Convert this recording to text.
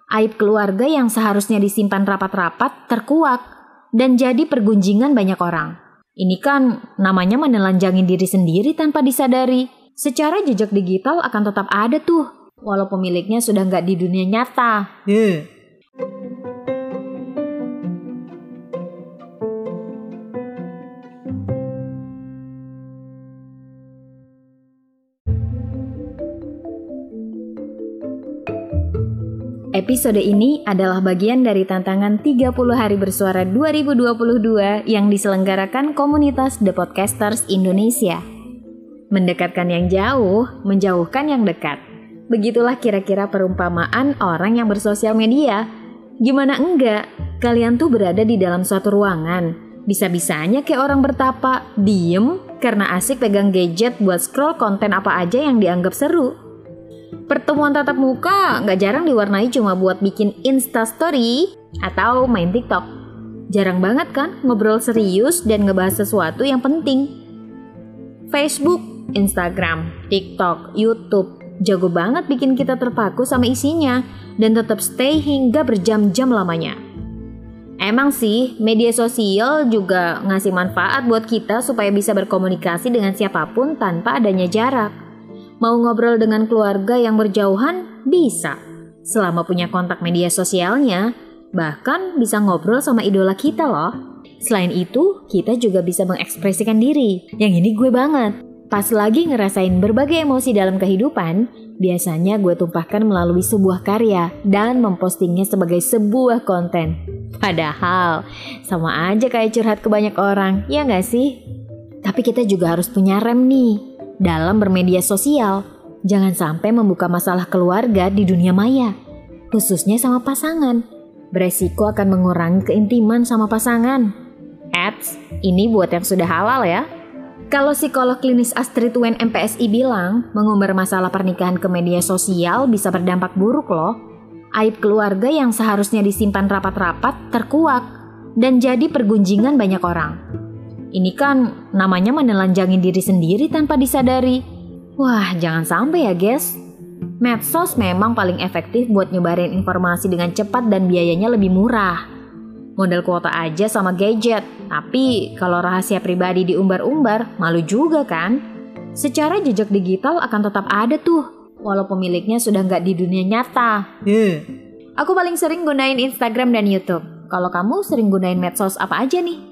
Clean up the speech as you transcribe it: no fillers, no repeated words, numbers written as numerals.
Aib keluarga yang seharusnya disimpan rapat-rapat terkuak dan jadi pergunjingan banyak orang. Ini kan namanya menelanjangin diri sendiri tanpa disadari. Secara jejak digital akan tetap ada tuh, walau pemiliknya sudah nggak di dunia nyata. Episode ini adalah bagian dari tantangan 30 hari bersuara 2022 yang diselenggarakan komunitas The Podcasters Indonesia. Mendekatkan yang jauh, menjauhkan yang dekat. Begitulah kira-kira perumpamaan orang yang bersosial media. Gimana enggak? Kalian tuh berada di dalam suatu ruangan. Bisa-bisanya kayak orang bertapa, diem karena asik pegang gadget buat scroll konten apa aja yang dianggap seru. Pertemuan tatap muka nggak jarang diwarnai cuma buat bikin Instastory atau main TikTok. Jarang banget kan ngobrol serius dan ngebahas sesuatu yang penting. Facebook, Instagram, TikTok, YouTube jago banget bikin kita terpaku sama isinya dan tetap stay hingga berjam-jam lamanya. Emang sih, media sosial juga ngasih manfaat buat kita supaya bisa berkomunikasi dengan siapapun tanpa adanya jarak. Mau ngobrol dengan keluarga yang berjauhan? Bisa. Selama punya kontak media sosialnya, bahkan bisa ngobrol sama idola kita loh. Selain itu, kita juga bisa mengekspresikan diri. Yang ini gue banget. Pas lagi ngerasain berbagai emosi dalam kehidupan, biasanya gue tumpahkan melalui sebuah karya dan mempostingnya sebagai sebuah konten. Padahal, sama aja kayak curhat ke banyak orang, ya gak sih? Tapi kita juga harus punya rem nih. Dalam bermedia sosial, jangan sampai membuka masalah keluarga di dunia maya, khususnya sama pasangan. Beresiko akan mengurangi keintiman sama pasangan. Ini buat yang sudah halal ya. Kalau psikolog klinis Astrid Wen MPSI bilang, mengumbar masalah pernikahan ke media sosial bisa berdampak buruk loh. Aib keluarga yang seharusnya disimpan rapat-rapat terkuak dan jadi pergunjingan banyak orang. Ini kan namanya menelanjangin diri sendiri tanpa disadari. Wah, jangan sampai ya guys. Medsos memang paling efektif buat nyebarin informasi dengan cepat dan biayanya lebih murah. Modal kuota aja sama gadget. Tapi kalau rahasia pribadi diumbar-umbar, malu juga kan? Secara jejak digital akan tetap ada tuh, walau pemiliknya sudah nggak di dunia nyata. Aku paling sering gunain Instagram dan YouTube. Kalau kamu sering gunain medsos apa aja nih?